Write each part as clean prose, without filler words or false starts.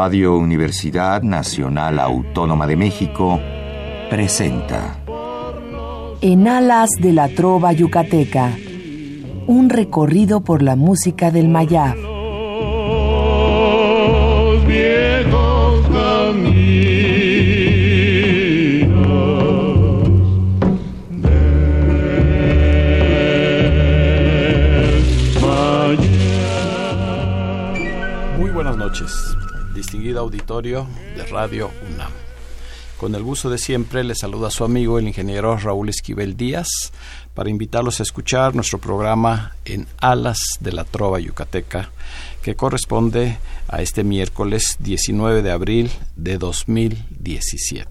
Radio Universidad Nacional Autónoma de México presenta En alas de la trova yucateca, un recorrido por la música del Mayab. Los viejos caminos del Mayab. Muy buenas noches, distinguido auditorio de Radio UNAM. Con el gusto de siempre, les saluda su amigo el ingeniero Raúl Esquivel Díaz para invitarlos a escuchar nuestro programa En Alas de la Trova Yucateca, que corresponde a este miércoles 19 de abril de 2017.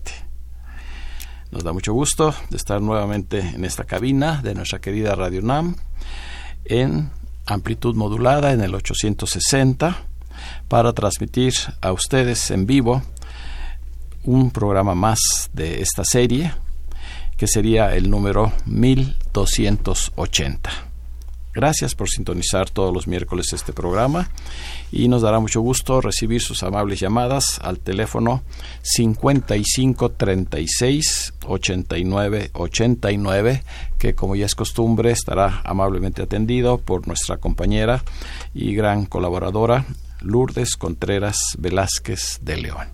Nos da mucho gusto de estar nuevamente en esta cabina de nuestra querida Radio UNAM en amplitud modulada en el 860 para transmitir a ustedes en vivo un programa más de esta serie, que sería el número 1280. Gracias por sintonizar todos los miércoles este programa y nos dará mucho gusto recibir sus amables llamadas al teléfono 55 36 89 89, que como ya es costumbre estará amablemente atendido por nuestra compañera y gran colaboradora Lourdes Contreras Velázquez de León.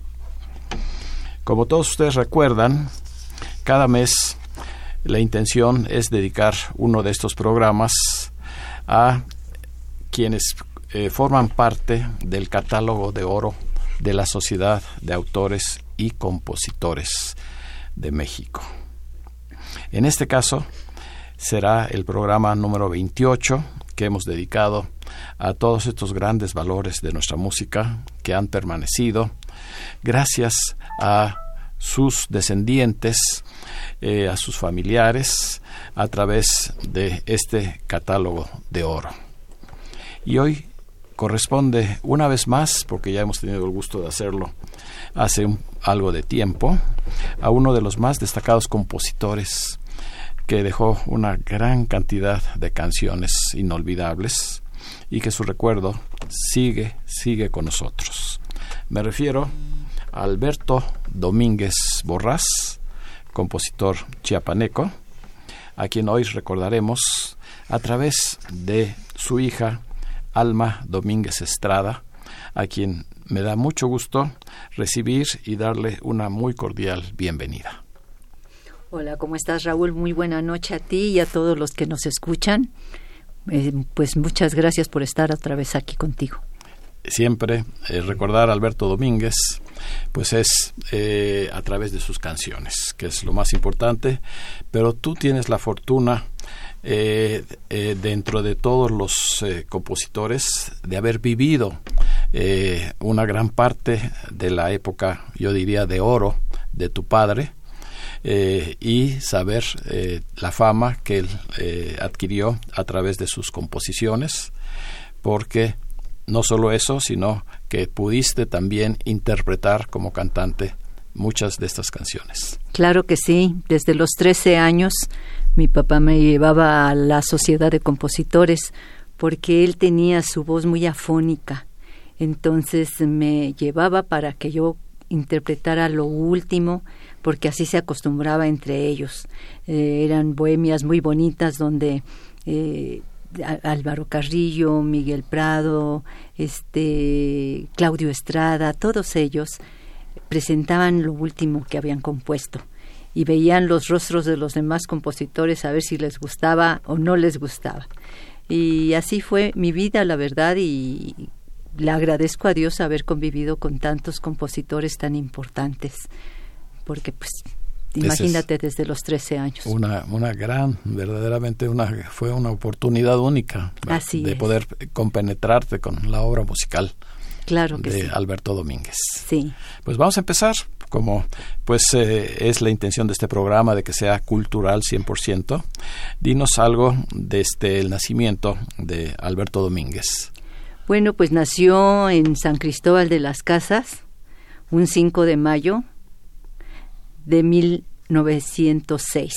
Como todos ustedes recuerdan, cada mes la intención es dedicar uno de estos programas a quienes forman parte del catálogo de oro de la Sociedad de Autores y Compositores de México. En este caso, será el programa número 28 que hemos dedicado a todos estos grandes valores de nuestra música que han permanecido gracias a sus descendientes, a sus familiares, a través de este catálogo de oro. Y hoy corresponde una vez más, porque ya hemos tenido el gusto de hacerlo hace algo de tiempo, a uno de los más destacados compositores que dejó una gran cantidad de canciones inolvidables y que su recuerdo sigue con nosotros. Me refiero a Alberto Domínguez Borrás, compositor chiapaneco, a quien hoy recordaremos a través de su hija Alma Domínguez Estrada, a quien me da mucho gusto recibir y darle una muy cordial bienvenida. Hola, ¿cómo estás, Raúl? Muy buena noche a ti y a todos los que nos escuchan. Pues muchas gracias por estar otra vez aquí contigo. Siempre recordar a Alberto Domínguez, pues es a través de sus canciones, que es lo más importante, pero tú tienes la fortuna, dentro de todos los compositores, de haber vivido una gran parte de la época, yo diría, de oro de tu padre, y saber la fama que él adquirió a través de sus composiciones, porque no solo eso, sino que pudiste también interpretar como cantante muchas de estas canciones. Claro que sí. Desde los 13 años mi papá me llevaba a la Sociedad de Compositores porque él tenía su voz muy afónica. Entonces me llevaba para que yo interpretara lo último, porque así se acostumbraba entre ellos. Eran bohemias muy bonitas donde Álvaro Carrillo, Miguel Prado, Claudio Estrada, todos ellos presentaban lo último que habían compuesto y veían los rostros de los demás compositores a ver si les gustaba o no les gustaba. Y así fue mi vida, la verdad, y le agradezco a Dios haber convivido con tantos compositores tan importantes, porque pues imagínate, desde los 13 años. Una gran, verdaderamente fue una oportunidad única de poder compenetrarte con la obra musical, claro que de sí, Alberto Domínguez. Sí. Pues vamos a empezar, como pues es la intención de este programa, de que sea cultural 100%. Dinos algo desde el nacimiento de Alberto Domínguez. Bueno, pues nació en San Cristóbal de las Casas, un 5 de mayo de 1906.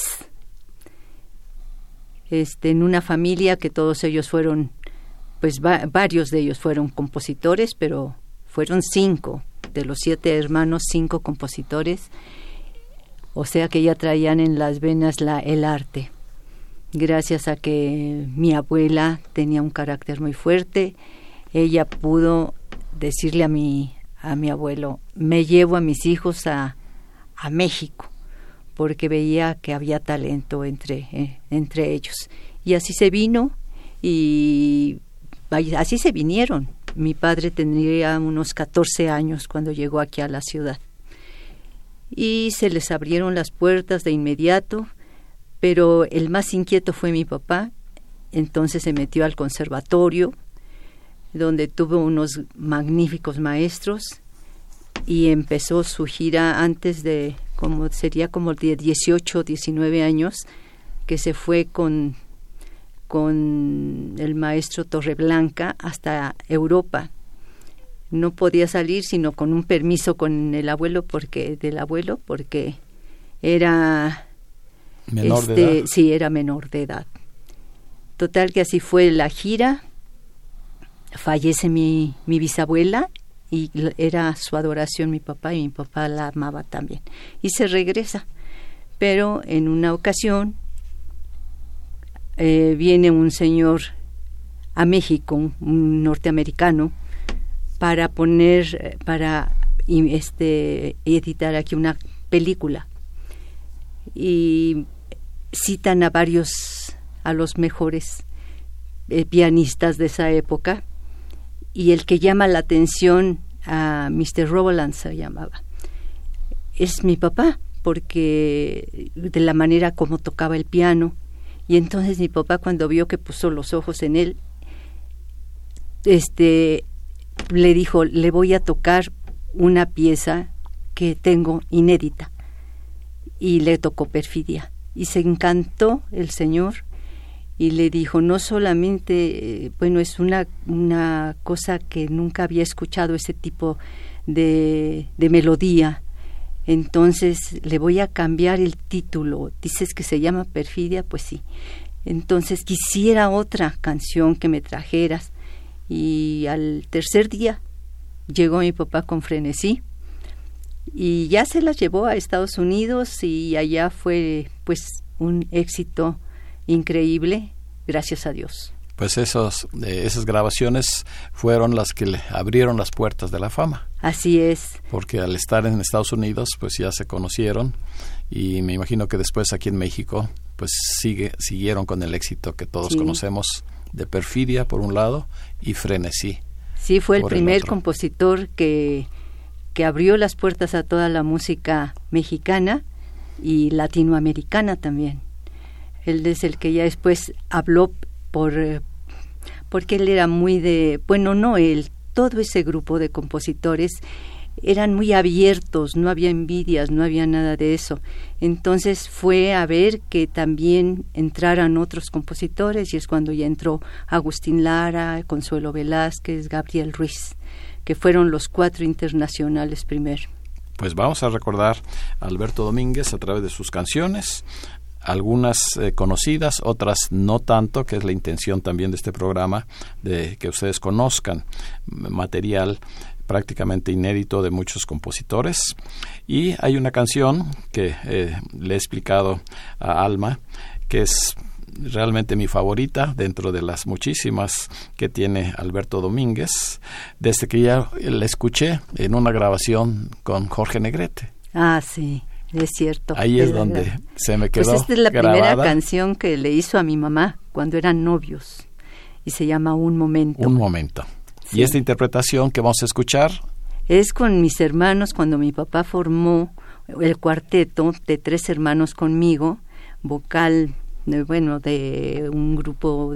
En una familia que todos ellos fueron, pues varios de ellos fueron compositores, pero fueron 5 de los 7 hermanos, 5 compositores, o sea que ya traían en las venas el arte. Gracias a que mi abuela tenía un carácter muy fuerte, ella pudo decirle a mi abuelo: me llevo a mis hijos a México, porque veía que había talento entre ellos. Y así se vino, y así se vinieron. Mi padre tendría unos 14 años cuando llegó aquí a la ciudad. Y se les abrieron las puertas de inmediato, pero el más inquieto fue mi papá. Entonces se metió al conservatorio, donde tuvo unos magníficos maestros, y empezó su gira antes de, sería como de 18 o 19 años, que se fue con el maestro Torreblanca hasta Europa. No podía salir sino con un permiso con el abuelo, porque era menor de edad. Sí, era menor de edad. Total que así fue la gira. Fallece mi bisabuela, y era su adoración mi papá, y mi papá la amaba también. Y se regresa. Pero en una ocasión viene un señor a México, un norteamericano, para editar aquí una película. Y citan a los mejores pianistas de esa época, y el que llama la atención a Mr. Rowland se llamaba, es mi papá, porque de la manera como tocaba el piano. Y entonces mi papá, cuando vio que puso los ojos en él, le dijo: le voy a tocar una pieza que tengo inédita. Y le tocó Perfidia, y se encantó el señor, y le dijo: no solamente, es una cosa que nunca había escuchado, ese tipo de melodía, entonces le voy a cambiar el título. Dices que se llama Perfidia, pues sí. Entonces quisiera otra canción que me trajeras. Y al tercer día llegó mi papá con Frenesí, y ya se las llevó a Estados Unidos, y allá fue pues un éxito increíble, gracias a Dios. Pues esas grabaciones fueron las que le abrieron las puertas de la fama. Así es. Porque al estar en Estados Unidos, pues ya se conocieron, y me imagino que después aquí en México, pues siguieron con el éxito que todos conocemos de Perfidia por un lado y Frenesí. Sí, fue el primer compositor que abrió las puertas a toda la música mexicana y latinoamericana también. Él es el que ya después habló porque él era muy todo ese grupo de compositores eran muy abiertos, no había envidias, no había nada de eso. Entonces fue a ver que también entraran otros compositores, y es cuando ya entró Agustín Lara, Consuelo Velázquez, Gabriel Ruiz, que fueron los 4 internacionales primero. Pues vamos a recordar a Alberto Domínguez a través de sus canciones, algunas conocidas, otras no tanto, que es la intención también de este programa, de que ustedes conozcan material prácticamente inédito de muchos compositores. Y hay una canción que le he explicado a Alma, que es realmente mi favorita dentro de las muchísimas que tiene Alberto Domínguez, desde que ya la escuché en una grabación con Jorge Negrete. Ah, sí, es cierto. Ahí es donde se me quedó pues esta es la grabada. Primera canción que le hizo a mi mamá cuando eran novios, y se llama Un Momento. Un Momento. Sí. Y esta interpretación que vamos a escuchar es con mis hermanos, cuando mi papá formó el cuarteto de 3 hermanos conmigo, vocal, de un grupo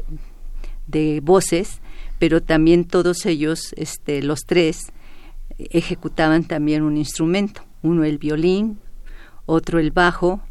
de voces, pero también todos ellos, los 3, ejecutaban también un instrumento, uno el violín, otro el bajo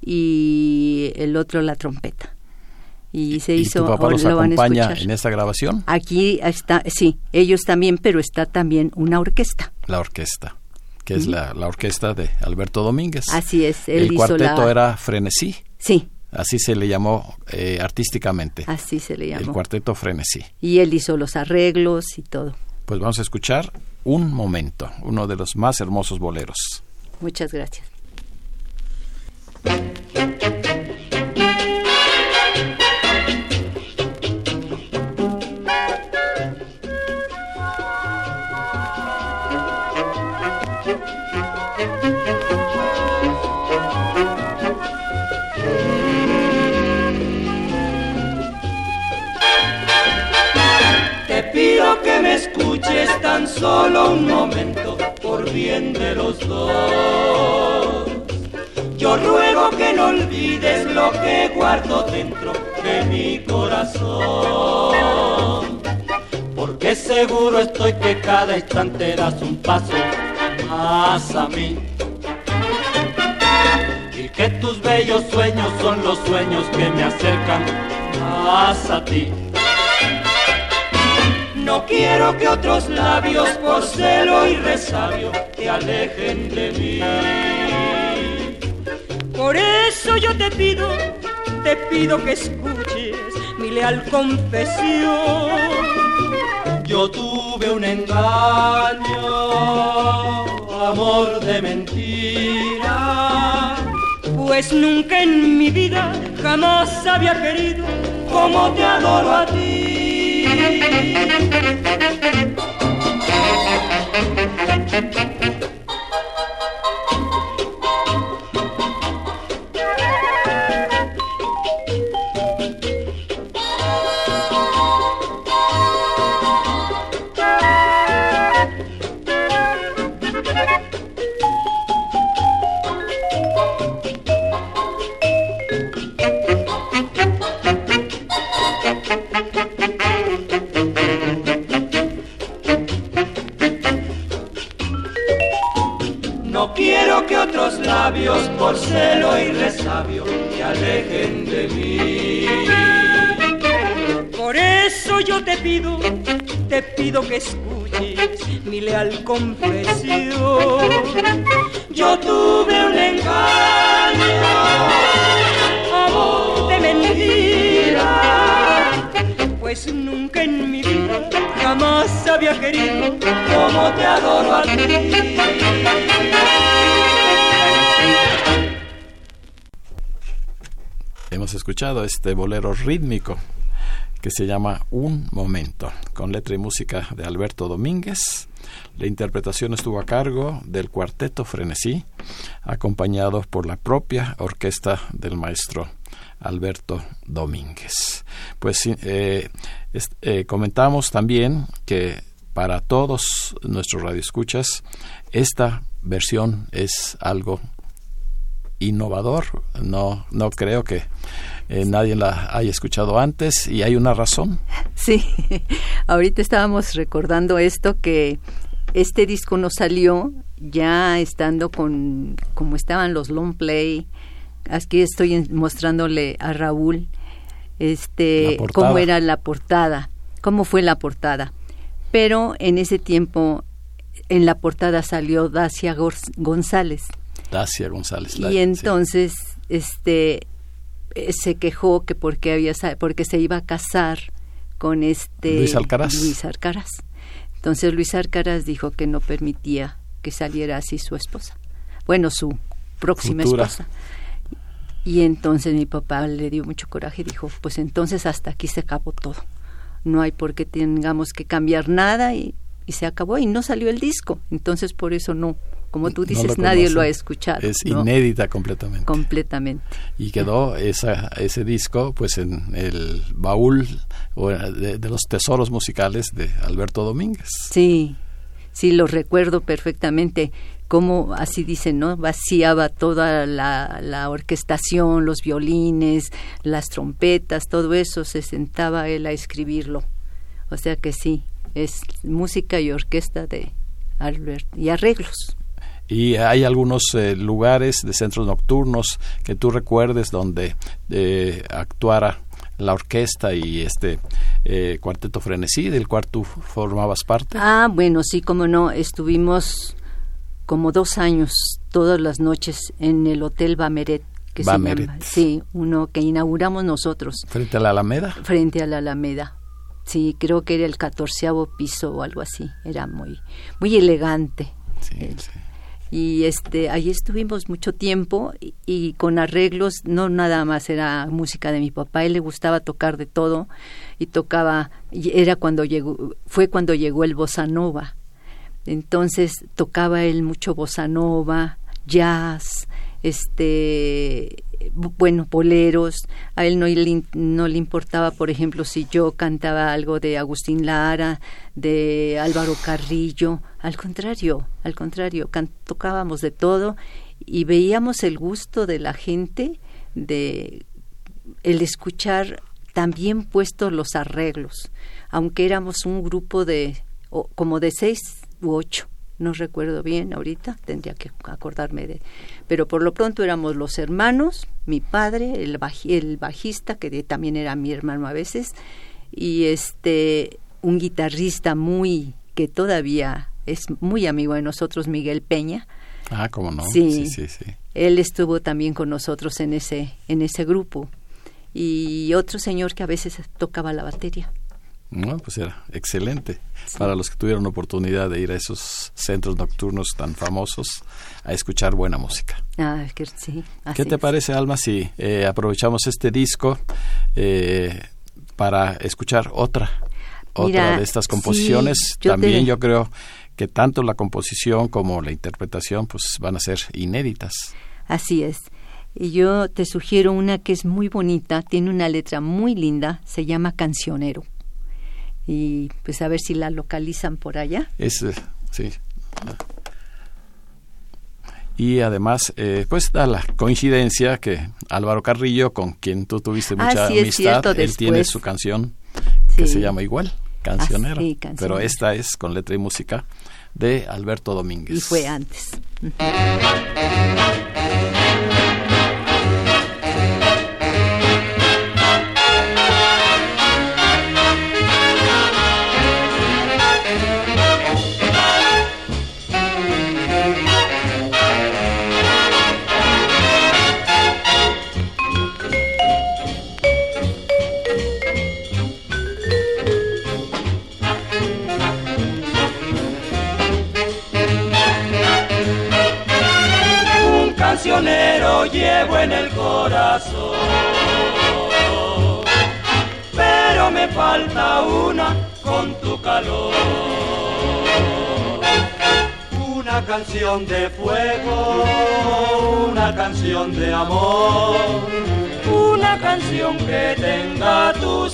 y el otro la trompeta. Y se hizo. ¿Y tu papá los acompaña en esta grabación? Aquí está, sí, ellos también, pero está también una orquesta. La orquesta, que es la orquesta de Alberto Domínguez. Así es. El cuarteto era Frenesí. Sí. Así se le llamó artísticamente. Así se le llamó. El cuarteto Frenesí. Y él hizo los arreglos y todo. Pues vamos a escuchar Un momento, uno de los más hermosos boleros. Muchas gracias. Te pido que me escuches tan solo un momento, por bien de los dos. Yo ruego que no olvides lo que guardo dentro de mi corazón, porque seguro estoy que cada instante das un paso más a mí, y que tus bellos sueños son los sueños que me acercan más a ti. No quiero que otros labios por celo y resabio te alejen de mí. Por eso yo te pido que escuches mi leal confesión. Yo tuve un engaño, amor de mentira, pues nunca en mi vida jamás había querido como te adoro a ti. No quiero que otros labios por celo y resabio te alejen de mí. Por eso yo te pido que escuches mi leal confesión. Yo tuve un engaño, amor de mentira, pues nunca en mi vida jamás había querido como te adoro a ti. Hemos escuchado este bolero rítmico que se llama Un Momento, con letra y música de Alberto Domínguez. La interpretación estuvo a cargo del Cuarteto Frenesí, acompañado por la propia orquesta del maestro Alberto Domínguez. Pues comentamos también que para todos nuestros radioescuchas esta versión es algo innovador. No creo que nadie la haya escuchado antes, y hay una razón. Sí, ahorita estábamos recordando esto, que este disco no salió ya estando como estaban los long play. Aquí estoy mostrándole a Raúl cómo era la portada, cómo fue la portada. Pero en ese tiempo en la portada salió Dacia González. Dacia González. Y entonces se quejó que porque se iba a casar con Luis Alcaraz. Entonces Luis Alcaraz dijo que no permitía que saliera así su esposa. Bueno, su próxima futura esposa. Y entonces mi papá le dio mucho coraje y dijo, pues entonces hasta aquí se acabó todo. No hay por qué tengamos que cambiar nada, y se acabó, y no salió el disco. Entonces por eso no, como tú dices, nadie lo ha escuchado. Es inédita completamente. Completamente. Y quedó ese disco pues en el baúl de los tesoros musicales de Alberto Domínguez. Sí, lo recuerdo perfectamente. Como así dicen, ¿no? Vaciaba toda la orquestación, los violines, las trompetas, todo eso, se sentaba él a escribirlo. O sea que sí, es música y orquesta de Albert, y arreglos. Y hay algunos lugares de centros nocturnos que tú recuerdes donde actuara la orquesta y Cuarteto Frenesí, del cual tú formabas parte. Ah, bueno, sí, cómo no, estuvimos como 2 años todas las noches en el Hotel Bameret, que se llama. Sí, uno que inauguramos nosotros. ¿Frente a la Alameda? Frente a la Alameda. Sí, creo que era el 14º piso o algo así. Era muy, muy elegante. Sí, sí. Y ahí estuvimos mucho tiempo y con arreglos, no nada más era música de mi papá, a él le gustaba tocar de todo y tocaba, fue cuando llegó el bossa nova. Entonces tocaba él mucho bossa nova, jazz, boleros. A él no le importaba, por ejemplo, si yo cantaba algo de Agustín Lara, de Álvaro Carrillo. Al contrario, tocábamos de todo y veíamos el gusto de la gente de el escuchar también puestos los arreglos, aunque éramos un grupo como de 6 u 8. No recuerdo bien ahorita, tendría que acordarme pero por lo pronto éramos los hermanos, mi padre, el bajista, que también era mi hermano a veces, y un guitarrista que todavía es muy amigo de nosotros, Miguel Peña. Ah, ¿cómo no? Sí. Sí. Él estuvo también con nosotros en ese grupo. Y otro señor que a veces tocaba la batería. No, pues era excelente. Sí. Para los que tuvieron oportunidad de ir a esos centros nocturnos tan famosos a escuchar buena música. Ah, que sí. ¿Qué te parece, Alma, si aprovechamos este disco para escuchar otra de estas composiciones? Sí, yo creo que tanto la composición como la interpretación pues van a ser inéditas. Así es. Y yo te sugiero una que es muy bonita, tiene una letra muy linda, se llama Cancionero. Y pues a ver si la localizan por allá. Sí. Y además, pues da la coincidencia que Álvaro Carrillo, con quien tú tuviste mucha amistad, cierto, él tiene su canción que se llama igual, Cancionero. Sí, Cancionero. Pero esta es con letra y música de Alberto Domínguez. Y fue antes. Cancionero llevo en el corazón, pero me falta una con tu calor. Una canción de fuego, una canción de amor, una canción que tenga tu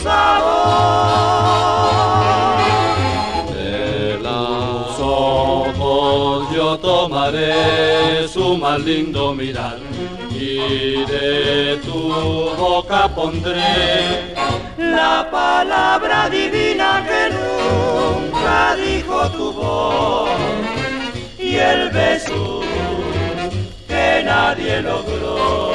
sabor. De los ojos yo tomaré su más lindo mirar y de tu boca pondré la palabra divina que nunca dijo tu voz y el beso que nadie logró.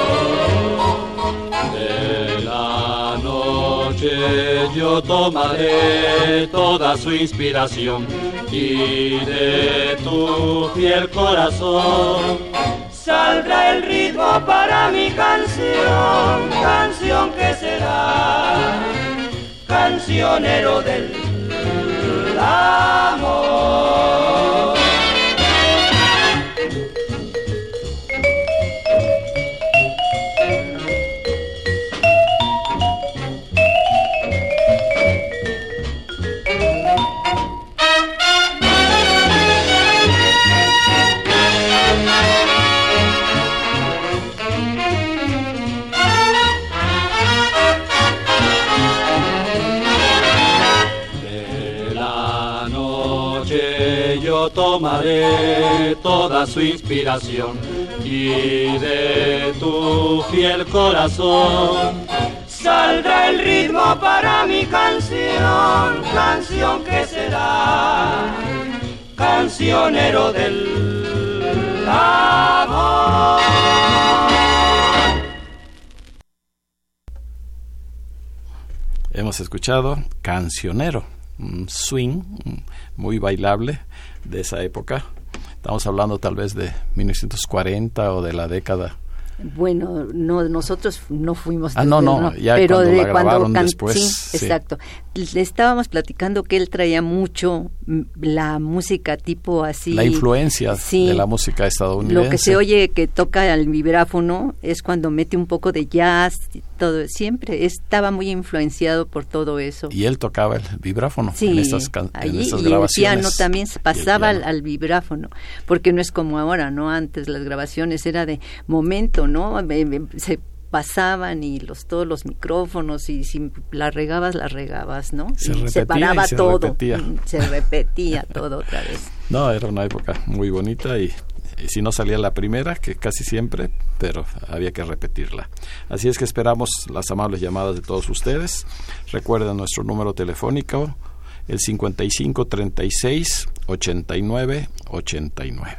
De la noche yo tomaré toda su inspiración y de tu fiel corazón saldrá el ritmo para mi canción, canción que será cancionero del amor. Tomaré toda su inspiración y de tu fiel corazón saldrá el ritmo para mi canción, canción que será cancionero del amor. Hemos escuchado Cancionero, un swing muy bailable de esa época. Estamos hablando tal vez de 1940 o de la década Bueno, no, nosotros no fuimos. Ya pero cuando de la grabaron cuando después. Sí, exacto. Le estábamos platicando que él traía mucho la música tipo así. La influencia de la música estadounidense. Lo que se oye que toca el vibráfono es cuando mete un poco de jazz, todo. Siempre estaba muy influenciado por todo eso. Y él tocaba el vibráfono en esas grabaciones. Y el piano también se pasaba al vibráfono, porque no es como ahora, ¿no? Antes las grabaciones era de momento, ¿no? Se pasaban y todos los micrófonos, y si la regabas, ¿no? Se paraba todo. Se repetía todo otra vez. No, era una época muy bonita y si no salía la primera, que casi siempre, pero había que repetirla. Así es que esperamos las amables llamadas de todos ustedes. Recuerden nuestro número telefónico, el 55 36 89 89.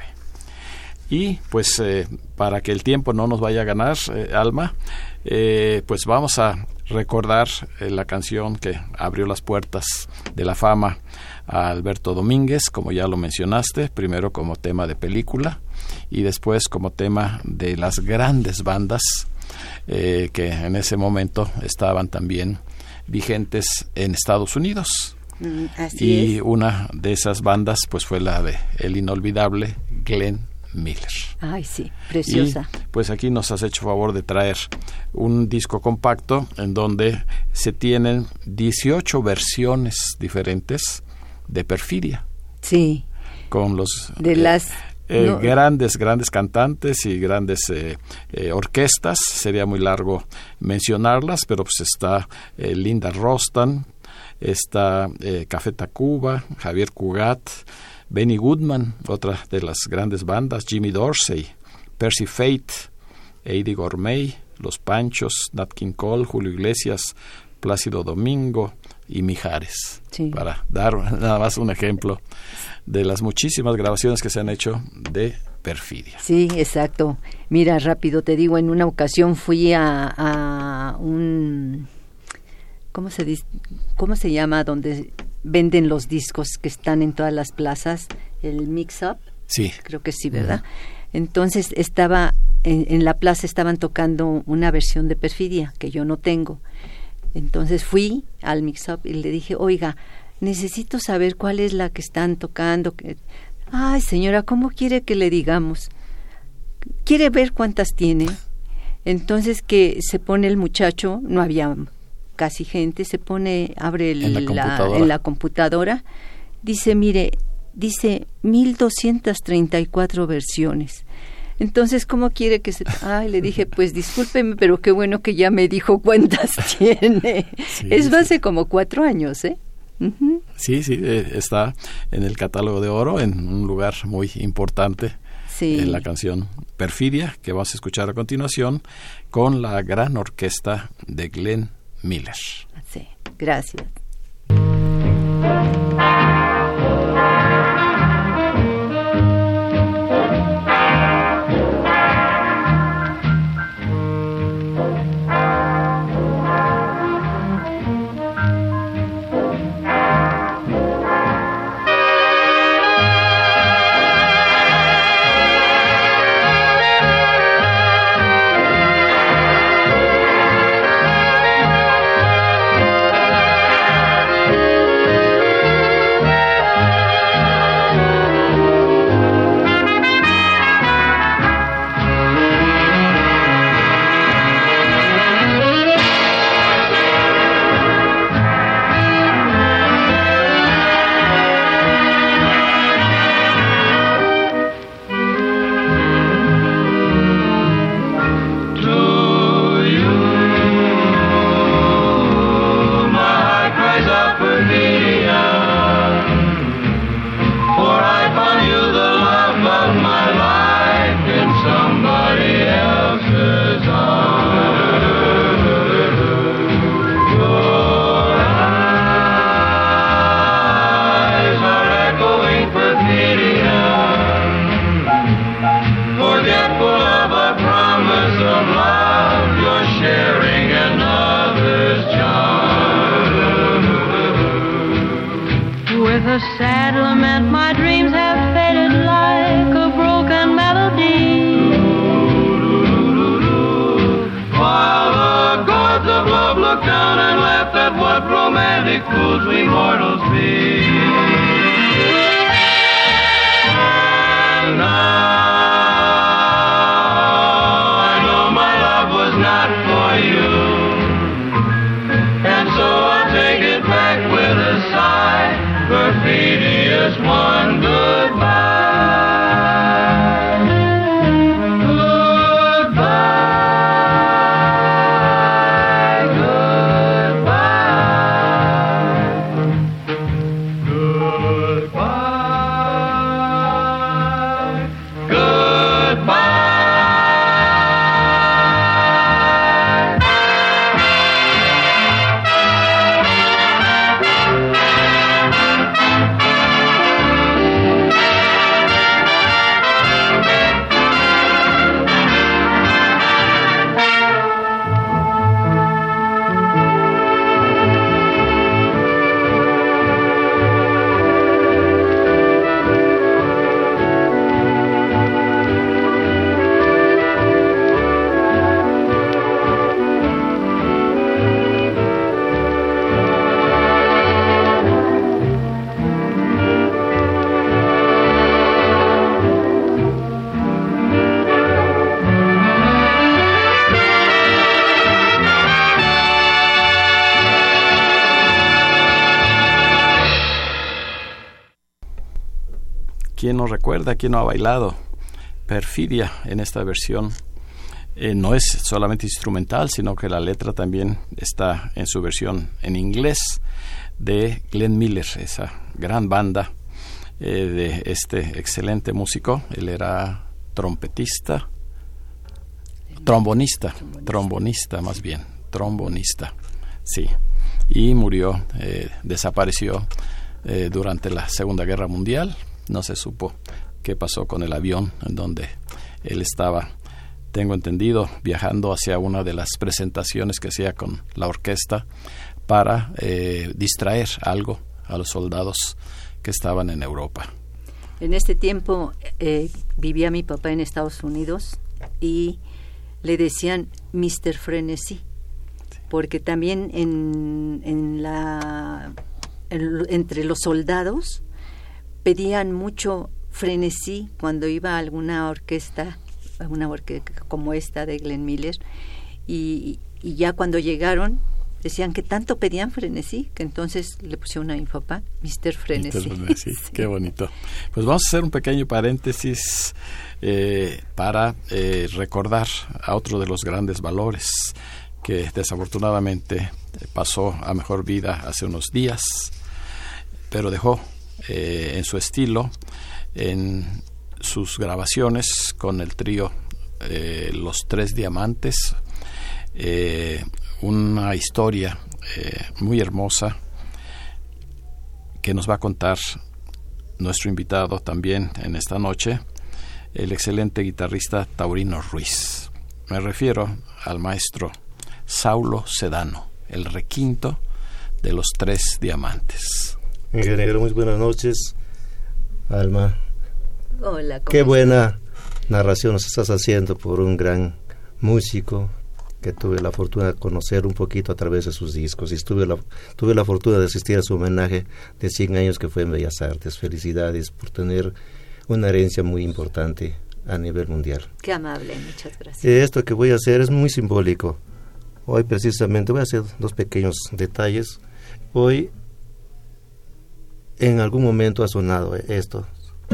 Y pues para que el tiempo no nos vaya a ganar, Alma, pues vamos a recordar la canción que abrió las puertas de la fama a Alberto Domínguez, como ya lo mencionaste, primero como tema de película y después como tema de las grandes bandas que en ese momento estaban también vigentes en Estados Unidos. Así es. Una de esas bandas pues fue la de el inolvidable Glenn Miller. Ay, sí, preciosa. Y pues aquí nos has hecho favor de traer un disco compacto en donde se tienen 18 versiones diferentes de Perfidia. Sí. Con los de las grandes cantantes y grandes orquestas. Sería muy largo mencionarlas, pero pues está Linda Rostan, está Café Tacuba, Javier Cugat, Benny Goodman, otra de las grandes bandas, Jimmy Dorsey, Percy Faith, Eddie Gourmet, Los Panchos, Nat King Cole, Julio Iglesias, Plácido Domingo y Mijares, sí, para dar nada más un ejemplo de las muchísimas grabaciones que se han hecho de Perfidia. Sí, exacto. Mira, rápido te digo, en una ocasión fui a un... ¿Cómo se llama? Donde venden los discos que están en todas las plazas, el Mix Up. Sí. Creo que sí, ¿verdad? Entonces estaba, en la plaza estaban tocando una versión de Perfidia que yo no tengo. Entonces fui al Mix Up y le dije, oiga, necesito saber cuál es la que están tocando. Ay, señora, ¿cómo quiere que le digamos? ¿Quiere ver cuántas tiene? Entonces que se pone el muchacho, no había casi gente, se pone, abre en la computadora, dice, mire, dice 1234 versiones. Entonces, ¿cómo quiere que se...? Ay, le dije, pues discúlpeme, pero qué bueno que ya me dijo cuántas tiene. Sí, eso hace como 4 años, ¿eh? Uh-huh. Sí, está en el catálogo de oro, en un lugar muy importante. Sí. En la canción Perfidia, que vamos a escuchar a continuación, con la gran orquesta de Glenn Miller. Sí, gracias. Sad lament, my dreams have faded like a broken melody. what romantic fools we mortals be. And now I know my love was not for you, and so I'll take it back with a sigh, perfidious one, goodbye. ¿Quién no recuerda? ¿Quién no ha bailado? Perfidia en esta versión. No es solamente instrumental, sino que la letra también está en su versión en inglés de Glenn Miller, esa gran banda de este excelente músico. Él era trombonista, sí, y murió, desapareció durante la Segunda Guerra Mundial. No se supo qué pasó con el avión en donde él estaba, tengo entendido, viajando hacia una de las presentaciones que hacía con la orquesta para distraer algo a los soldados que estaban en Europa. En este tiempo vivía mi papá en Estados Unidos y le decían Mr. Frenesí, porque también entre los soldados pedían mucho frenesí cuando iba a alguna orquesta como esta de Glenn Miller, y ya cuando llegaron decían que tanto pedían frenesí que entonces le pusieron a mi papá Mr. Frenesí. Sí. Qué bonito. Pues vamos a hacer un pequeño paréntesis para recordar a otro de los grandes valores que desafortunadamente pasó a mejor vida hace unos días, pero dejó en su estilo, en sus grabaciones con el trío Los Tres Diamantes, una historia muy hermosa que nos va a contar nuestro invitado también en esta noche, el excelente guitarrista Taurino Ruiz. Me refiero al maestro Saulo Sedano, el requinto de Los Tres Diamantes. Ingeniero, muy buenas noches. Alma, hola, qué buena narración nos estás haciendo por un gran músico que tuve la fortuna de conocer un poquito a través de sus discos, y tuve la fortuna de asistir a su homenaje de 100 años que fue en Bellas Artes. Felicidades por tener una herencia muy importante a nivel mundial. Qué amable, muchas gracias. Esto que voy a hacer es muy simbólico. Hoy precisamente voy a hacer dos pequeños detalles. Hoy en algún momento ha sonado esto.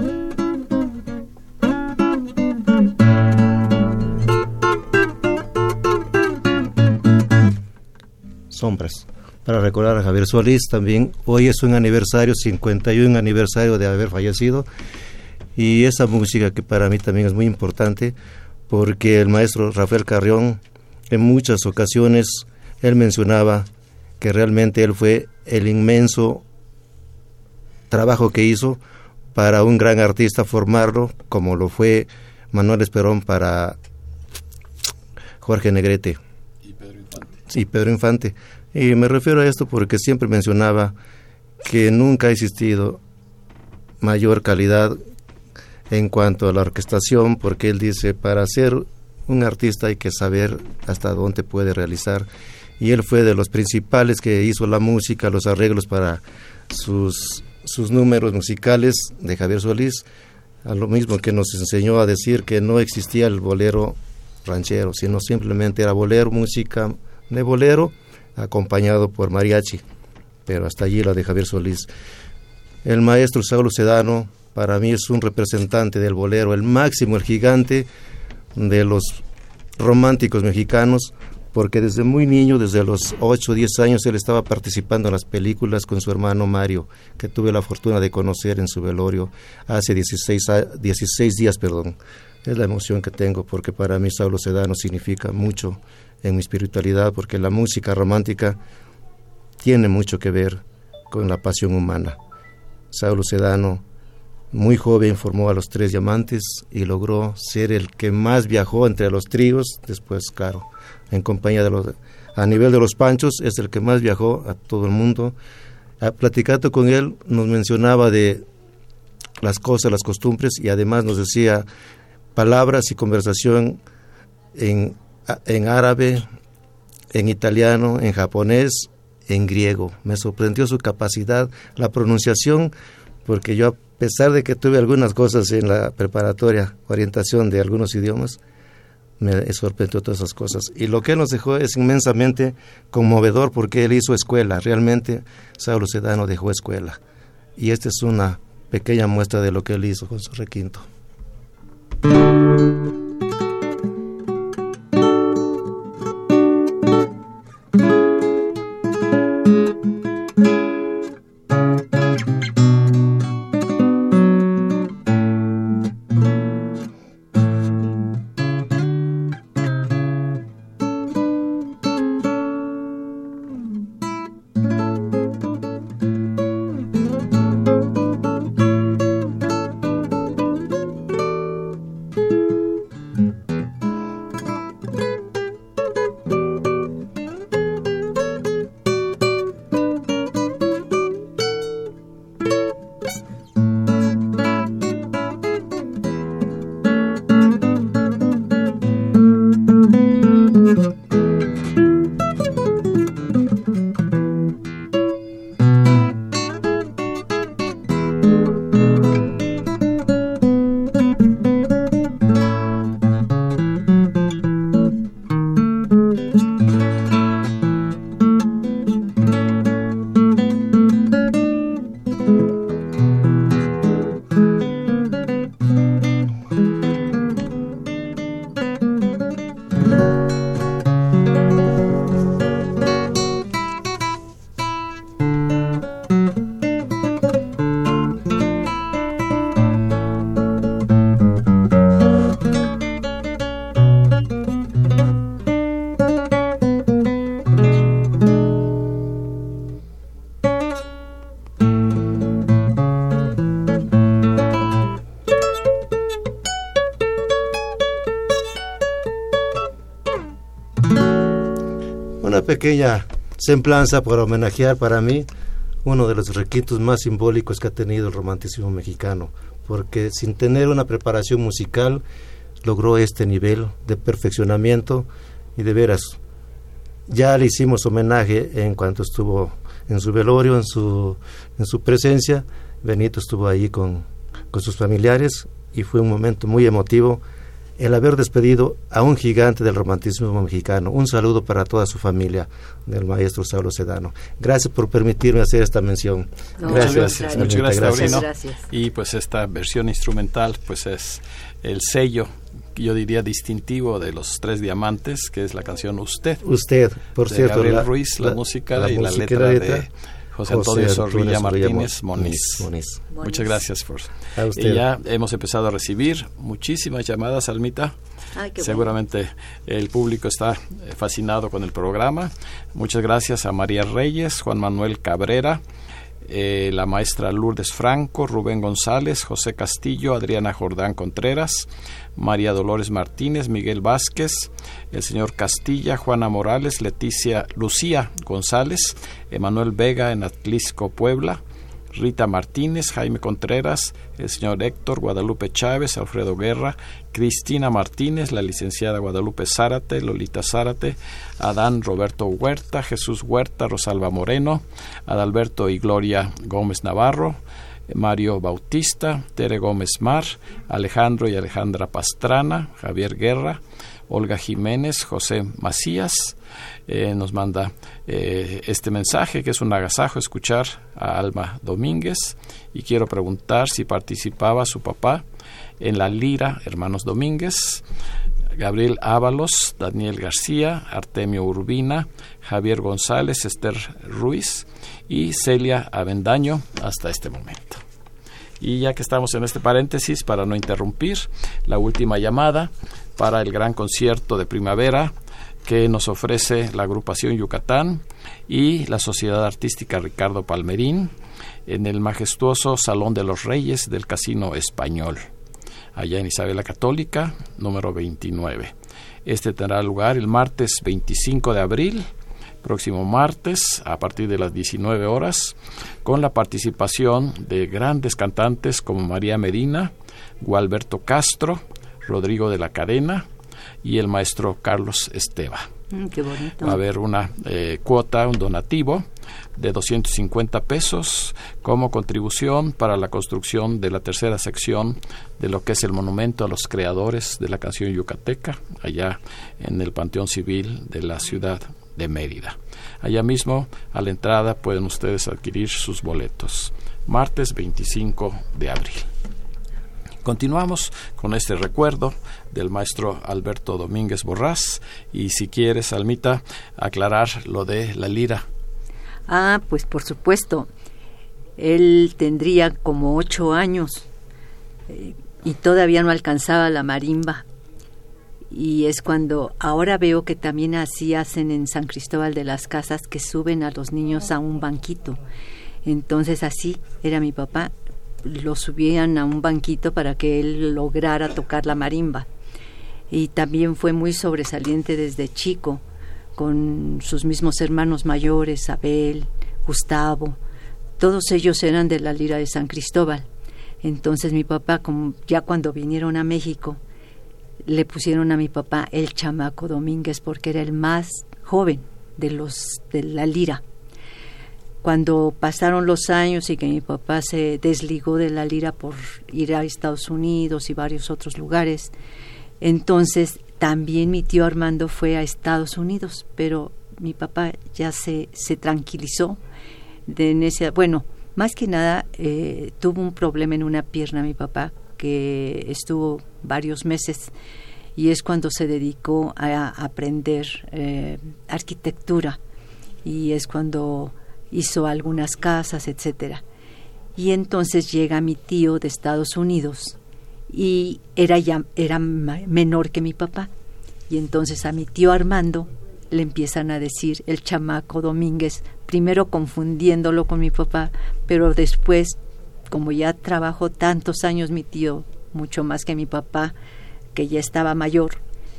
Sombras. Para recordar a Javier Solís también. Hoy es un aniversario, 51 aniversario de haber fallecido. Y esa música que para mí también es muy importante, porque el maestro Rafael Carrión en muchas ocasiones él mencionaba que realmente él fue el inmenso trabajo que hizo para un gran artista formarlo, como lo fue Manuel Esperón para Jorge Negrete y Pedro Infante. Y me refiero a esto porque siempre mencionaba que nunca ha existido mayor calidad en cuanto a la orquestación, porque él dice, para hacer un artista hay que saber hasta dónde puede realizar, y él fue de los principales que hizo la música, los arreglos para sus números musicales de Javier Solís, a lo mismo que nos enseñó a decir que no existía el bolero ranchero, sino simplemente era bolero, música de bolero acompañado por mariachi, pero hasta allí la de Javier Solís. El maestro Saulo Sedano para mí es un representante del bolero, el máximo, el gigante de los románticos mexicanos, porque desde muy niño, desde los 8 o 10 años, él estaba participando en las películas con su hermano Mario, que tuve la fortuna de conocer en su velorio hace 16 días. Es la emoción que tengo, porque para mí Saulo Sedano significa mucho en mi espiritualidad, porque la música romántica tiene mucho que ver con la pasión humana. Saulo Sedano, muy joven, formó a los Tres Diamantes y logró ser el que más viajó entre los tríos. Después, claro, en compañía a nivel de los Panchos, es el que más viajó a todo el mundo. Platicando con él, nos mencionaba de las cosas, las costumbres, y además nos decía palabras y conversación en árabe, en italiano, en japonés, en griego. Me sorprendió su capacidad, la pronunciación, porque yo, a pesar de que tuve algunas cosas en la preparatoria, orientación de algunos idiomas, me sorprendió todas esas cosas. Y lo que él nos dejó es inmensamente conmovedor, porque él hizo escuela. Realmente Saulo Sedano dejó escuela. Y esta es una pequeña muestra de lo que él hizo con su requinto. Pequeña semblanza para homenajear para mí uno de los requintos más simbólicos que ha tenido el romanticismo mexicano, porque sin tener una preparación musical logró este nivel de perfeccionamiento, y de veras ya le hicimos homenaje en cuanto estuvo en su velorio, en su presencia. Benito estuvo ahí con sus familiares y fue un momento muy emotivo el haber despedido a un gigante del romanticismo mexicano. Un saludo para toda su familia del maestro Saulo Sedano. Gracias por permitirme hacer esta mención. Gracias. Muchas gracias, Taurino. Y pues esta versión instrumental pues es el sello, yo diría, distintivo de los Tres Diamantes, que es la canción Usted, por de cierto, Gabriel Ruiz, la música y la letra de José Antonio Zorrilla Martínez Moniz. Muchas gracias por. Y ya hemos empezado a recibir muchísimas llamadas, Almita. Seguramente el público está fascinado con el programa. Muchas gracias a María Reyes, Juan Manuel Cabrera, la maestra Lourdes Franco, Rubén González, José Castillo, Adriana Jordán Contreras, María Dolores Martínez, Miguel Vázquez, el señor Castilla, Juana Morales, Lucía González, Emanuel Vega en Atlisco, Puebla, Rita Martínez, Jaime Contreras, el señor Héctor, Guadalupe Chávez, Alfredo Guerra, Cristina Martínez, la licenciada Guadalupe Zárate, Lolita Zárate, Adán Roberto Huerta, Jesús Huerta, Rosalba Moreno, Adalberto y Gloria Gómez Navarro, Mario Bautista, Tere Gómez Mar, Alejandro y Alejandra Pastrana, Javier Guerra, Olga Jiménez, José Macías. Nos manda este mensaje, que es un agasajo escuchar a Alma Domínguez, y quiero preguntar si participaba su papá en la Lira Hermanos Domínguez. Gabriel Ábalos, Daniel García, Artemio Urbina, Javier González, Esther Ruiz y Celia Avendaño hasta este momento. Y ya que estamos en este paréntesis, para no interrumpir, la última llamada para el gran concierto de primavera que nos ofrece la agrupación Yucatán y la Sociedad Artística Ricardo Palmerín en el majestuoso Salón de los Reyes del Casino Español, allá en Isabel la Católica, número 29. Este tendrá lugar el martes 25 de abril, próximo martes, a partir de las 19 horas, con la participación de grandes cantantes como María Medina, Gualberto Castro, Rodrigo de la Cadena y el maestro Carlos Esteva. Qué bonito. Va a haber una cuota, un donativo de 250 pesos como contribución para la construcción de la tercera sección de lo que es el monumento a los creadores de la canción yucateca, allá en el Panteón Civil de la ciudad de Mérida. Allá mismo, a la entrada, pueden ustedes adquirir sus boletos. Martes 25 de abril. Continuamos con este recuerdo del maestro Alberto Domínguez Borrás, y si quieres, Almita, aclarar lo de la lira. Pues por supuesto. Él tendría como 8 años y todavía no alcanzaba la marimba. Y es cuando ahora veo que también así hacen en San Cristóbal de las Casas, que suben a los niños a un banquito. Entonces así era mi papá. Lo subían a un banquito para que él lograra tocar la marimba. Y también fue muy sobresaliente desde chico, con sus mismos hermanos mayores, Abel, Gustavo. Todos ellos eran de la lira de San Cristóbal. Entonces mi papá, ya cuando vinieron a México, le pusieron a mi papá el Chamaco Domínguez, porque era el más joven de la lira. Cuando pasaron los años y que mi papá se desligó de la lira por ir a Estados Unidos y varios otros lugares, entonces también mi tío Armando fue a Estados Unidos, pero mi papá ya se tranquilizó. Bueno, más que nada tuvo un problema en una pierna mi papá, que estuvo varios meses, y es cuando se dedicó a aprender arquitectura, y es cuando hizo algunas casas, etcétera. Y entonces llega mi tío de Estados Unidos y era menor que mi papá, y entonces a mi tío Armando le empiezan a decir el Chamaco Domínguez, primero confundiéndolo con mi papá, pero después, como ya trabajó tantos años mi tío, mucho más que mi papá, que ya estaba mayor,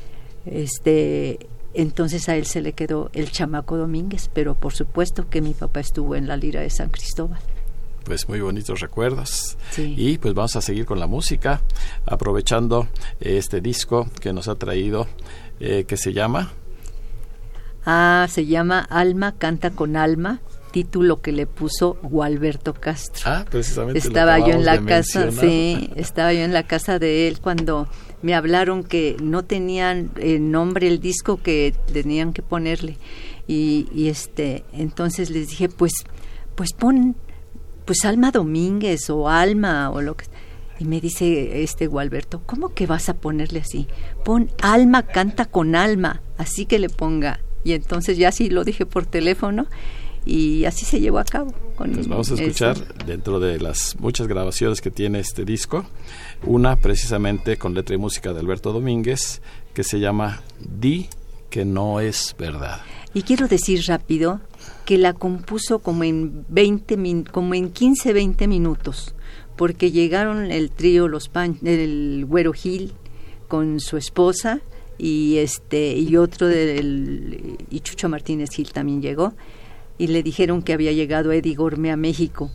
entonces a él se le quedó el Chamaco Domínguez, pero por supuesto que mi papá estuvo en la lira de San Cristóbal. Pues muy bonitos recuerdos. Sí. Y pues vamos a seguir con la música, aprovechando este disco que nos ha traído, que se llama... se llama Alma canta con alma, título que le puso Gualberto Castro. Precisamente estaba yo en la casa, sí, estaba yo en la casa de él cuando me hablaron que no tenían nombre el disco que tenían que ponerle, y entonces les dije pues pon Alma Domínguez o Alma o lo que. Y me dice Gualberto, ¿cómo que vas a ponerle así? Pon Alma canta con alma, así que le ponga. Y entonces ya sí lo dije por teléfono y así se llevó a cabo. Pues vamos a escuchar dentro de las muchas grabaciones que tiene este disco, una precisamente con letra y música de Alberto Domínguez, que se llama Di que no es verdad. Y quiero decir rápido que la compuso como en 15, 20 minutos, porque llegaron el trío el Güero Gil con su esposa y otro y Chucho Martínez Gil también llegó, y le dijeron que había llegado Eddie Gormé a México,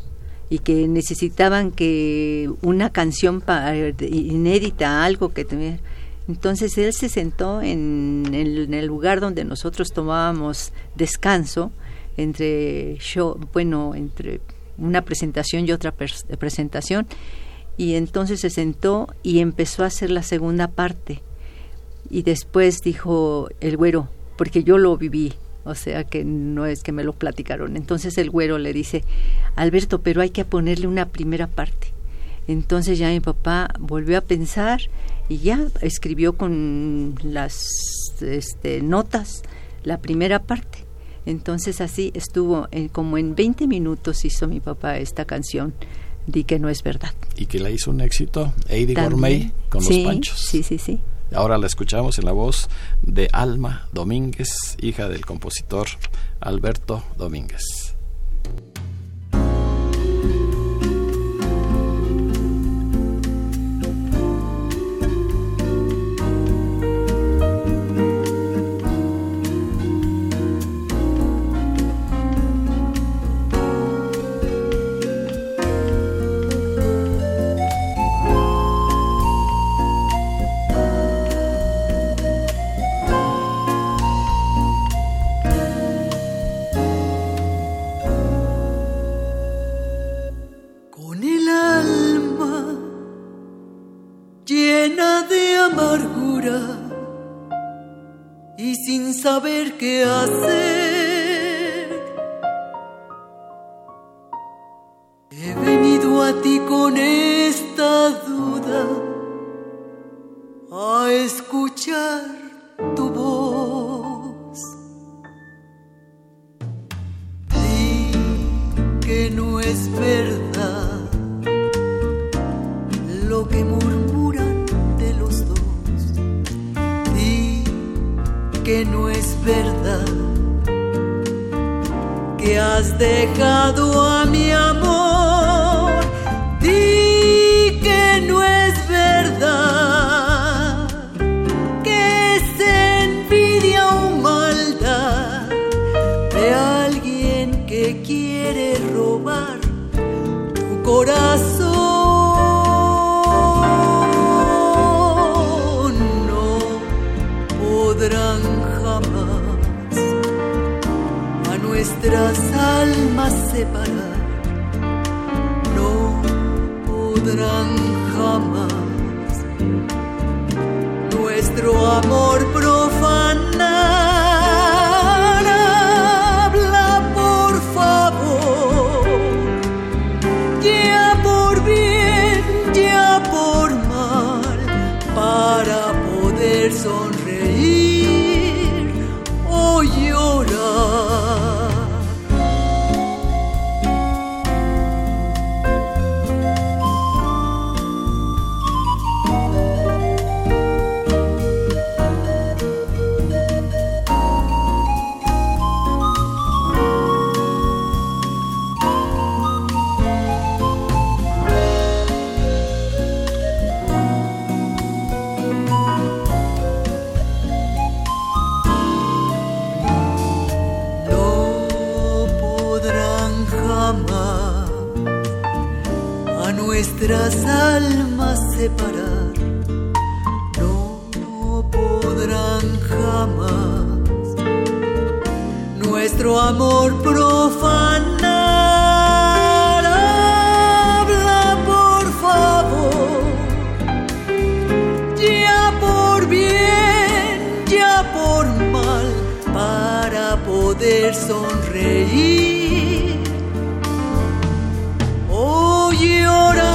y que necesitaban que una canción inédita, algo que tuviera. Entonces él se sentó en el lugar donde nosotros tomábamos descanso entre una presentación y otra presentación, y entonces se sentó y empezó a hacer la segunda parte. Y después dijo el güero, porque yo lo viví, o sea que no es que me lo platicaron. Entonces el güero le dice: Alberto, pero hay que ponerle una primera parte. Entonces ya mi papá volvió a pensar y ya escribió con las notas la primera parte. Entonces así estuvo, como en 20 minutos hizo mi papá esta canción, Di que no es verdad. Y que la hizo un éxito, Eddie Gourmet con Los Panchos. Sí. Ahora la escuchamos en la voz de Alma Domínguez, hija del compositor Alberto Domínguez. Saber qué hacer, he venido a ti con esta duda, a escuchar tu voz. Di que no es verdad lo que murmuran de los dos. Di que no es verdad que has dejado a mi amor. Di que no es verdad que es envidia o maldad de alguien que quiere robar tu corazón. No podrán jamás a nuestras almas separar, no podrán jamás nuestro amor profanar. Habla por favor, ya por bien, ya por mal, para poder sonreír o llorar. Nuestras almas separar, no podrán jamás nuestro amor profanar. Habla por favor, ya por bien, ya por mal, para poder sonreír o llorar.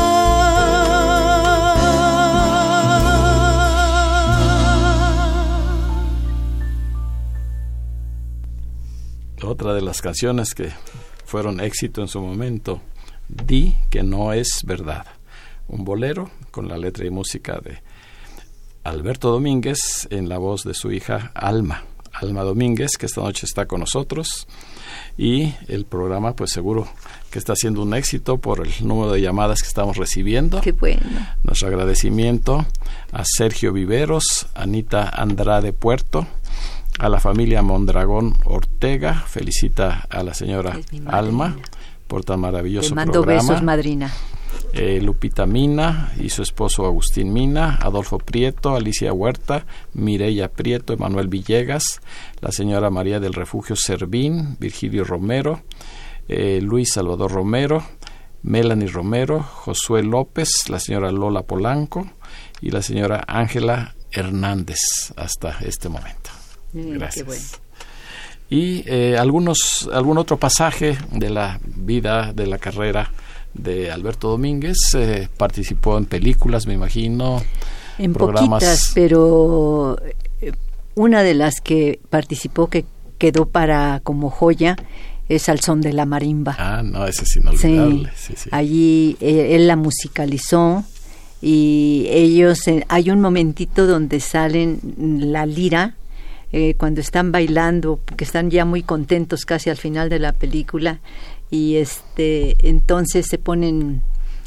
Otra de las canciones que fueron éxito en su momento, Di que no es verdad, un bolero con la letra y música de Alberto Domínguez en la voz de su hija Alma Domínguez, que esta noche está con nosotros, y el programa pues seguro que está siendo un éxito por el número de llamadas que estamos recibiendo. Qué bueno. Nuestro agradecimiento a Sergio Viveros, Anita Andrade Puerto, a la familia Mondragón Ortega, felicita a la señora Alma, por tan maravilloso Te mando programa. besos, madrina. Lupita Mina y su esposo Agustín Mina, Adolfo Prieto, Alicia Huerta, Mireya Prieto, Emanuel Villegas, la señora María del Refugio Servín, Virgilio Romero, Luis Salvador Romero, Melanie Romero, Josué López, la señora Lola Polanco y la señora Ángela Hernández hasta este momento. Gracias. Qué bueno. Y algún otro pasaje de la vida, de la carrera de Alberto Domínguez. Participó en películas, me imagino. En programas. Poquitas, pero una de las que participó que quedó para como joya es Al son de la marimba. Ah, no, ese es inolvidable. Sí. Allí él la musicalizó y ellos, hay un momentito donde salen la lira, cuando están bailando, que están ya muy contentos casi al final de la película, y entonces se ponen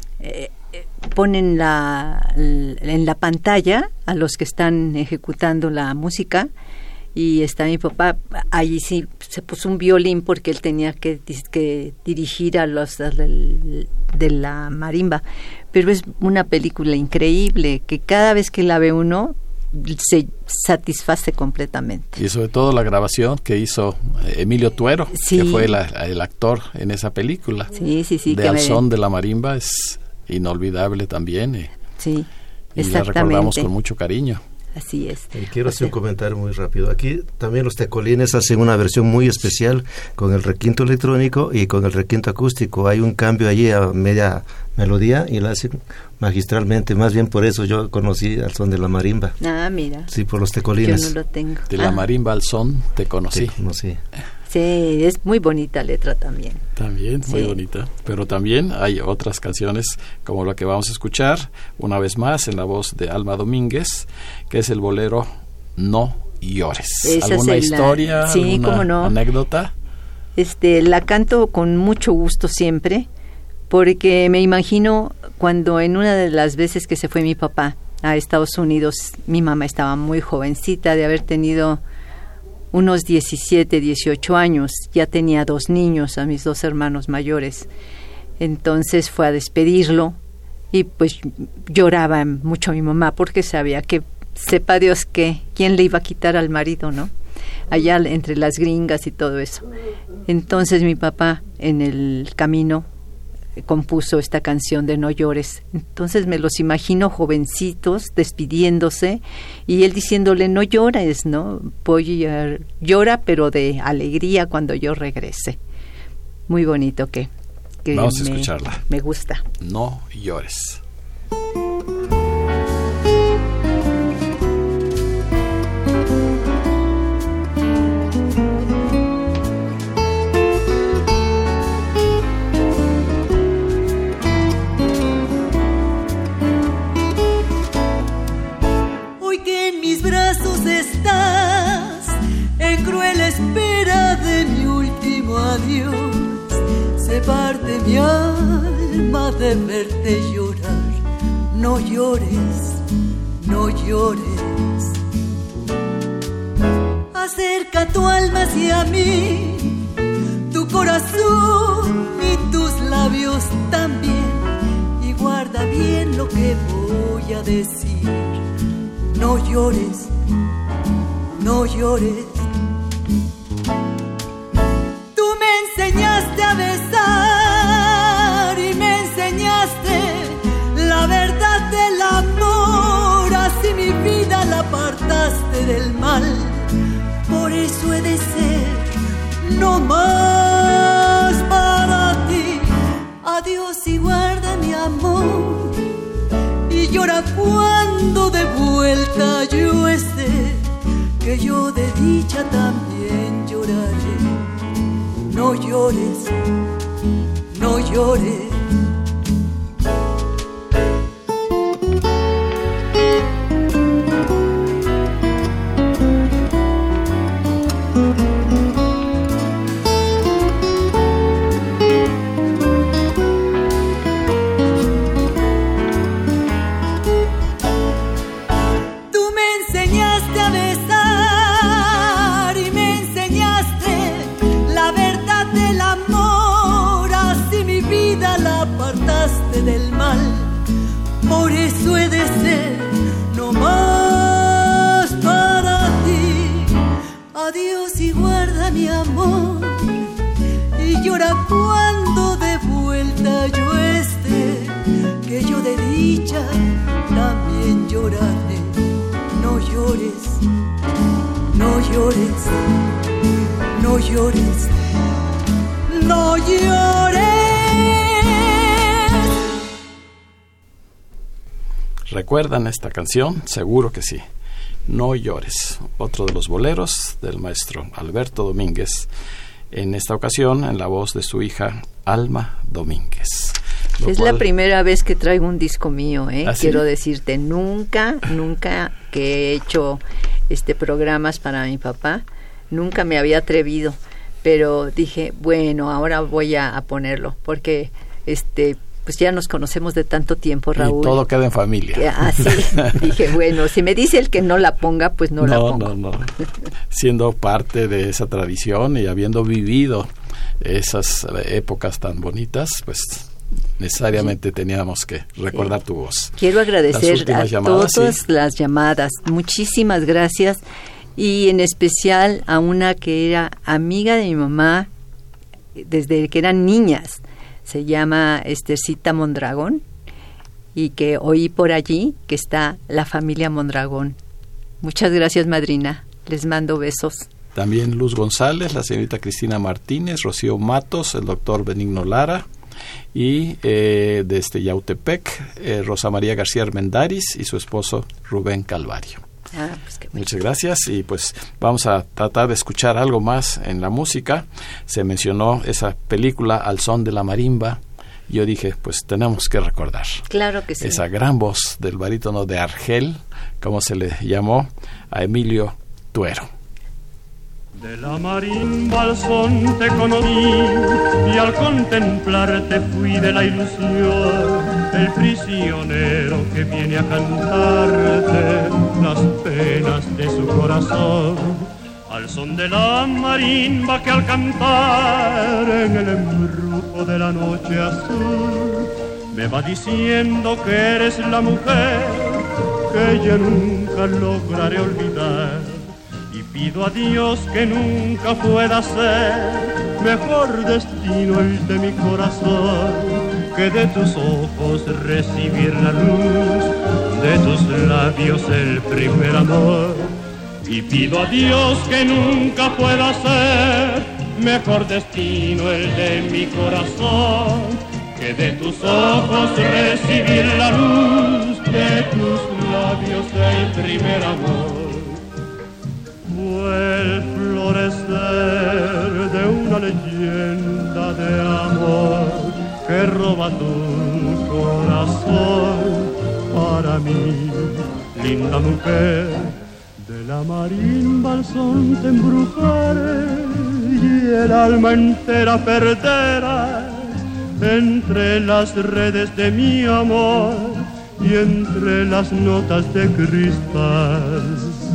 en la pantalla a los que están ejecutando la música, y está mi papá, allí sí se puso un violín porque él tenía que dirigir a los de la marimba, pero es una película increíble que cada vez que la ve uno se satisface completamente. Y sobre todo la grabación que hizo Emilio Tuero, sí, que fue el actor en esa película. Sí. De Al son de la marimba es inolvidable también. Sí, y la recordamos con mucho cariño. Así es. Quiero hacer un comentario muy rápido. Aquí también los tecolines hacen una versión muy especial con el requinto electrónico y con el requinto acústico. Hay un cambio allí a media melodía y la hacen magistralmente. Más bien por eso yo conocí Al son de la marimba. Ah, mira. Sí, por los tecolines. Yo no lo tengo. De la marimba al son te conocí. Sí, es muy bonita letra también. También, muy bonita. Pero también hay otras canciones como la que vamos a escuchar, una vez más, en la voz de Alma Domínguez, que es el bolero No llores. Esa ¿Alguna historia, alguna anécdota? La canto con mucho gusto siempre, porque me imagino cuando en una de las veces que se fue mi papá a Estados Unidos, mi mamá estaba muy jovencita, de haber tenido unos 17, 18 años, ya tenía 2 niños, a mis 2 hermanos mayores. Entonces fue a despedirlo y pues lloraba mucho mi mamá porque sabía que, sepa Dios que, quién le iba a quitar al marido, ¿no? Allá entre las gringas y todo eso. Entonces mi papá en el camino compuso esta canción de No llores. Entonces me los imagino jovencitos despidiéndose y él diciéndole no llores, ¿no? Llora pero de alegría cuando yo regrese. Muy bonito que vamos a escucharla. Me gusta. No llores. Espera de mi último adiós, se parte mi alma de verte llorar. No llores, no llores. Acerca tu alma hacia mí, tu corazón y tus labios también, y guarda bien lo que voy a decir. No llores, no llores. Enseñaste a besar y me enseñaste la verdad del amor, así mi vida la apartaste del mal. Por eso he de ser no más para ti. Adiós y guarda mi amor y llora cuando de vuelta yo esté, que yo de dicha también lloraré. No llores, no llores. Del amor, así Dios y guarda mi amor, y llora cuando de vuelta yo esté, que yo de dicha también lloraré. No llores, no llores, no llores, no llores. ¿Recuerdan esta canción? Seguro que sí. No llores, otro de los boleros del maestro Alberto Domínguez, en esta ocasión en la voz de su hija Alma Domínguez. Es la primera vez que traigo un disco mío, ¿eh? ¿Ah, sí? Quiero decirte, nunca que he hecho programas para mi papá, nunca me había atrevido, pero dije, bueno, ahora voy a ponerlo, porque pues ya nos conocemos de tanto tiempo, Raúl. Y todo queda en familia. Así, dije, bueno, si me dice el que no la ponga, pues no la pongo. No. Siendo parte de esa tradición y habiendo vivido esas épocas tan bonitas, pues necesariamente teníamos que recordar tu voz. Quiero agradecer a llamadas, todas las llamadas. Muchísimas gracias. Y en especial a una que era amiga de mi mamá desde que eran niñas. Se llama Estercita Mondragón, y que oí por allí que está la familia Mondragón. Muchas gracias, madrina. Les mando besos. También Luz González, la señorita Cristina Martínez, Rocío Matos, el doctor Benigno Lara, y desde Yautepec, Rosa María García Armendáriz y su esposo Rubén Calvario. Pues qué bueno. Muchas gracias, y pues vamos a tratar de escuchar algo más en la música. Se mencionó esa película Al son de la marimba. Yo dije, pues tenemos que recordar. Claro que sí. Esa gran voz del barítono de Argel, como se le llamó a Emilio Tuero. De la marimba al son te conocí, y al contemplarte fui de la ilusión, el prisionero que viene a cantarte las penas de su corazón. Al son de la marimba que al cantar en el embrujo de la noche azul me va diciendo que eres la mujer que yo nunca lograré olvidar. Y pido a Dios que nunca pueda ser mejor destino el de mi corazón, que de tus ojos recibir la luz, de tus labios el primer amor. Y pido a Dios que nunca pueda ser mejor destino el de mi corazón, que de tus ojos recibir la luz, de tus labios el primer amor. Fue el florecer de una leyenda de amor que roba tu corazón para mí, linda mujer. De la marimba al son te embrujaré y el alma entera perderá entre las redes de mi amor y entre las notas de cristal.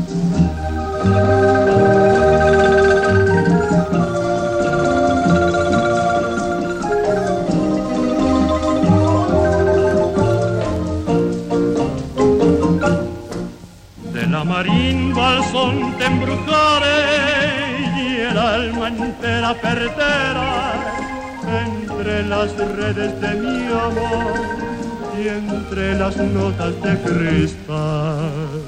De la marimba al son te embrujaré y el alma entera perderá entre las redes de mi amor y entre las notas de cristal.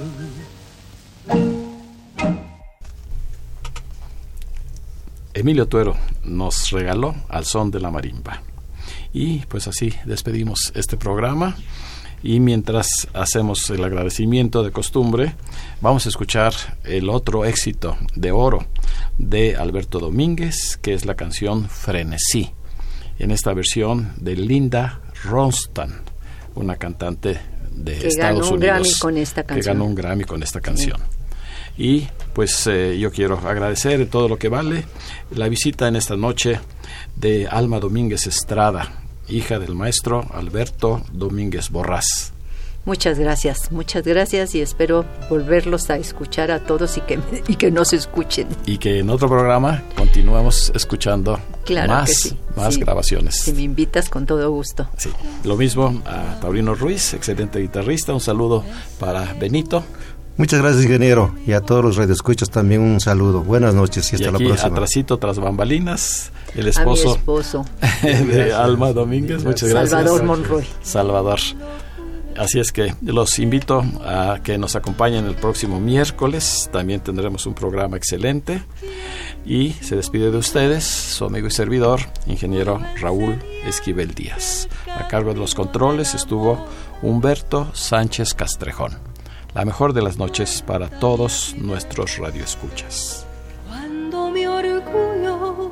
Emilio Tuero nos regaló Al son de la marimba. Y pues así despedimos este programa. Y mientras hacemos el agradecimiento de costumbre, vamos a escuchar el otro éxito de oro de Alberto Domínguez, que es la canción Frenesí, en esta versión de Linda Ronstadt, una cantante de Estados Unidos que ganó un Grammy con esta canción. Y pues yo quiero agradecer todo lo que vale la visita en esta noche de Alma Domínguez Estrada, hija del maestro Alberto Domínguez Borrás. Muchas gracias y espero volverlos a escuchar a todos y que nos escuchen. Y que en otro programa continuemos escuchando más grabaciones. Si me invitas, con todo gusto. Sí. Lo mismo a Paulino Ruiz, excelente guitarrista. Un saludo para Benito, Muchas gracias, ingeniero, y a todos los radioescuchas también un saludo. Buenas noches y hasta la próxima. Atrasito, tras bambalinas, el esposo, a mi esposo. de Alma Domínguez. Muchas gracias. Salvador Monroy. Salvador. Así es que los invito a que nos acompañen el próximo miércoles. También tendremos un programa excelente. Y se despide de ustedes su amigo y servidor, ingeniero Raúl Esquivel Díaz. A cargo de los controles estuvo Humberto Sánchez Castrejón. La mejor de las noches para todos nuestros radioescuchas. Cuando mi orgullo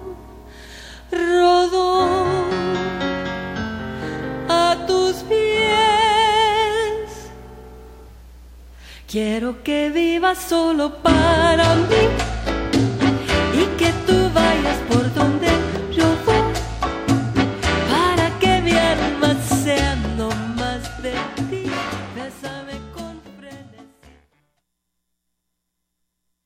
rodó a tus pies, quiero que vivas solo para mí.